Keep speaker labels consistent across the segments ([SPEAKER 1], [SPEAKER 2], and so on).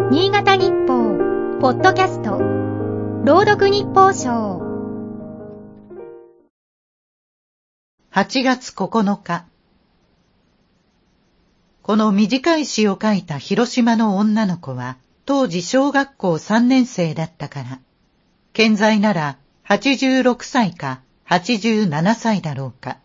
[SPEAKER 1] 新潟日報ポッドキャスト朗読日報賞
[SPEAKER 2] 8月9日。この短い詩を書いた広島の女の子は当時小学校3年生だったから、健在なら86歳か87歳だろうか。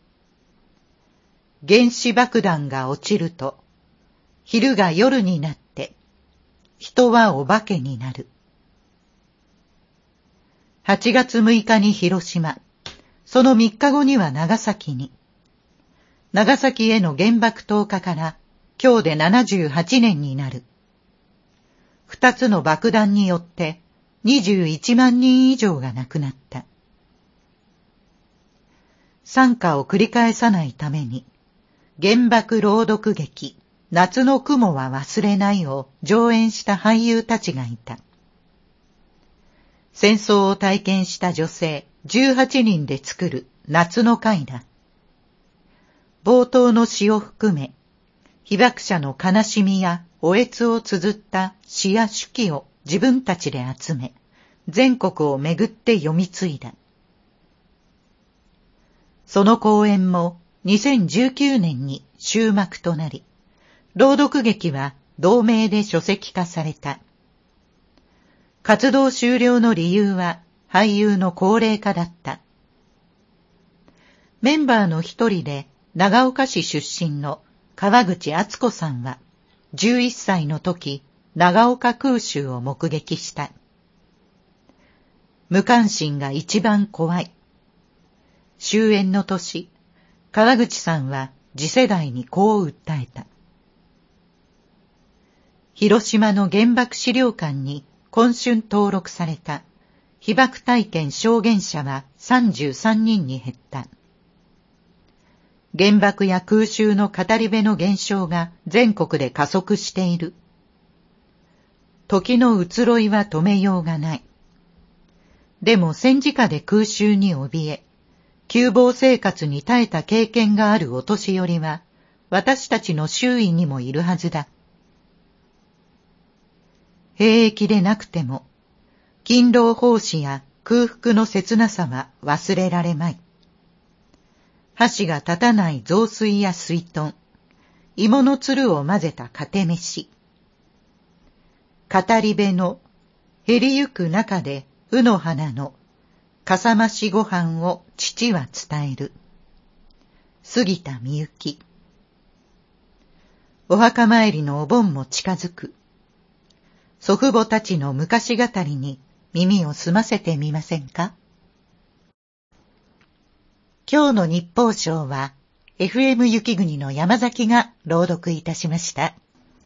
[SPEAKER 2] 原子爆弾が落ちると、昼が夜になって、人はお化けになる。8月6日に広島、その3日後には長崎に。長崎への原爆投下から今日で78年になる。2つの爆弾によって21万人以上が亡くなった。惨禍を繰り返さないために、原爆朗読劇、夏の雲は忘れないを上演した俳優たちがいた。戦争を体験した女性18人で作る夏の会だ。冒頭の詩を含め、被爆者の悲しみやおえつを綴った詩や手記を自分たちで集め、全国を巡って読み継いだ。その公演も2019年に終幕となり、朗読劇は同名で書籍化された。活動終了の理由は俳優の高齢化だった。メンバーの一人で長岡市出身の川口敦子さんは11歳の時、長岡空襲を目撃した。無関心が一番怖い。終演の年、川口さんは次世代にこう訴えた。広島の原爆資料館に今春登録された被爆体験証言者は33人に減った。原爆や空襲の語り部の減少が全国で加速している。時の移ろいは止めようがない。でも戦時下で空襲に怯え、窮乏生活に耐えた経験があるお年寄りは、私たちの周囲にもいるはずだ。兵役でなくても、勤労奉仕や空腹の切なさは忘れられまい。箸が立たない雑炊や水豚、芋のつるを混ぜたかて飯。語り部の減りゆく中で卯の花のかさ増しご飯を父は伝える。杉田みゆき。お墓参りのお盆も近づく。祖父母たちの昔語りに耳を澄ませてみませんか？今日の日報賞は FM 雪国の山崎が朗読いたしました。